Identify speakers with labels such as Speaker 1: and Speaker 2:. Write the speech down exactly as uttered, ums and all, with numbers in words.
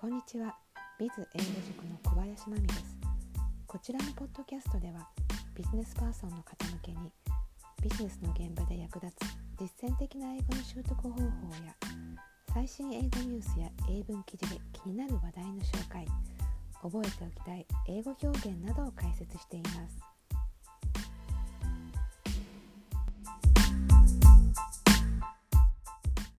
Speaker 1: こんにちは。ビズ英語塾の小林真美です。こちらのポッドキャストでは、ビジネスパーソンの方向けにビジネスの現場で役立つ実践的な英語の習得方法や最新英語ニュースや英文記事で気になる話題の紹介、覚えておきたい英語表現などを解説しています。